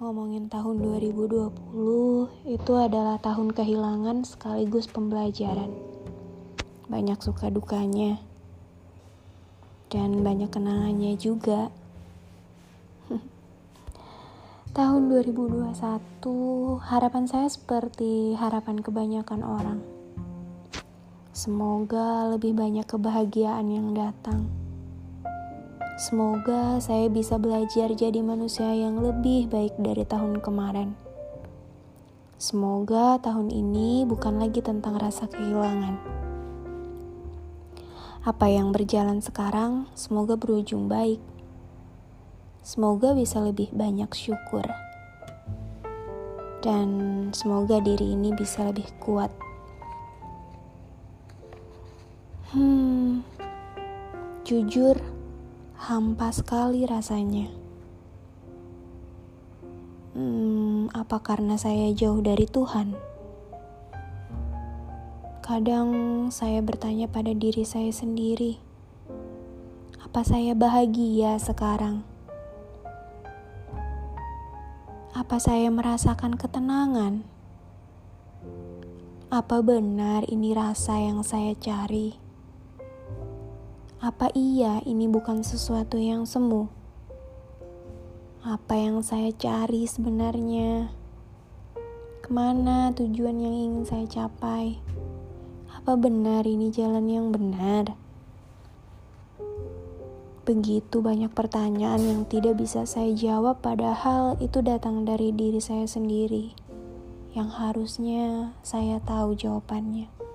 Ngomongin tahun 2020, itu adalah tahun kehilangan sekaligus pembelajaran. Banyak suka dukanya, dan banyak kenangannya juga. Tahun 2021, harapan saya seperti harapan kebanyakan orang. Semoga lebih banyak kebahagiaan yang datang. Semoga saya bisa belajar jadi manusia yang lebih baik dari tahun kemarin. Semoga tahun ini bukan lagi tentang rasa kehilangan. Apa yang berjalan sekarang, semoga berujung baik. Semoga bisa lebih banyak syukur. Dan semoga diri ini bisa lebih kuat. Jujur, hampa sekali rasanya. Apa karena saya jauh dari Tuhan? Kadang saya bertanya pada diri saya sendiri, apa saya bahagia sekarang? Apa saya merasakan ketenangan? Apa benar ini rasa yang saya cari? Apa iya ini bukan sesuatu yang semu? Apa yang saya cari sebenarnya? Kemana tujuan yang ingin saya capai? Apa benar ini jalan yang benar? Begitu banyak pertanyaan yang tidak bisa saya jawab, padahal itu datang dari diri saya sendiri, yang harusnya saya tahu jawabannya.